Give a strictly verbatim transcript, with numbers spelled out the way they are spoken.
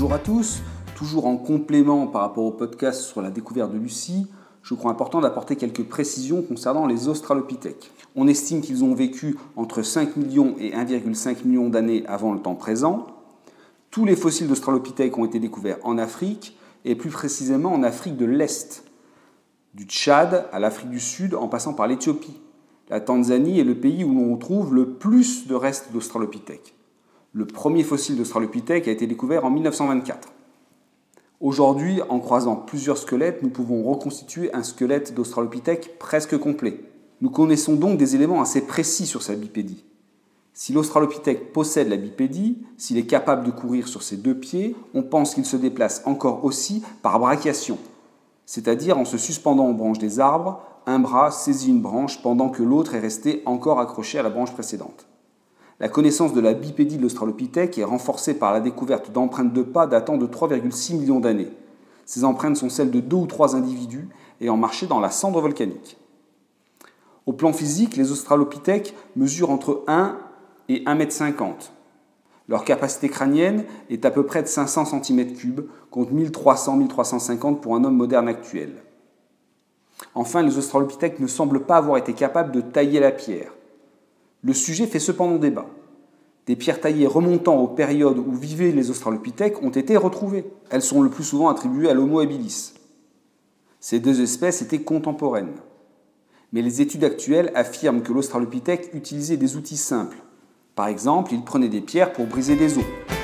Bonjour à tous, toujours en complément par rapport au podcast sur la découverte de Lucie, je crois important d'apporter quelques précisions concernant les australopithèques. On estime qu'ils ont vécu entre cinq millions et un virgule cinq million d'années avant le temps présent. Tous les fossiles d'australopithèques ont été découverts en Afrique, et plus précisément en Afrique de l'Est, du Tchad à l'Afrique du Sud en passant par l'Éthiopie. La Tanzanie est le pays où l'on trouve le plus de restes d'australopithèques. Le premier fossile d'australopithèque a été découvert en mille neuf cent vingt-quatre. Aujourd'hui, en croisant plusieurs squelettes, nous pouvons reconstituer un squelette d'australopithèque presque complet. Nous connaissons donc des éléments assez précis sur sa bipédie. Si l'australopithèque possède la bipédie, s'il est capable de courir sur ses deux pieds, on pense qu'il se déplace encore aussi par brachiation, c'est-à-dire en se suspendant aux branches des arbres, un bras saisit une branche pendant que l'autre est resté encore accroché à la branche précédente. La connaissance de la bipédie de l'australopithèque est renforcée par la découverte d'empreintes de pas datant de trois virgule six millions d'années. Ces empreintes sont celles de deux ou trois individus ayant marché dans la cendre volcanique. Au plan physique, les australopithèques mesurent entre un et un mètre cinquante. Leur capacité crânienne est à peu près de cinq cents centimètres cubes, contre mille trois cents à mille trois cent cinquante pour un homme moderne actuel. Enfin, les australopithèques ne semblent pas avoir été capables de tailler la pierre. Le sujet fait cependant débat. Des pierres taillées remontant aux périodes où vivaient les australopithèques ont été retrouvées. Elles sont le plus souvent attribuées à l'Homo habilis. Ces deux espèces étaient contemporaines. Mais les études actuelles affirment que l'australopithèque utilisait des outils simples. Par exemple, il prenait des pierres pour briser des os.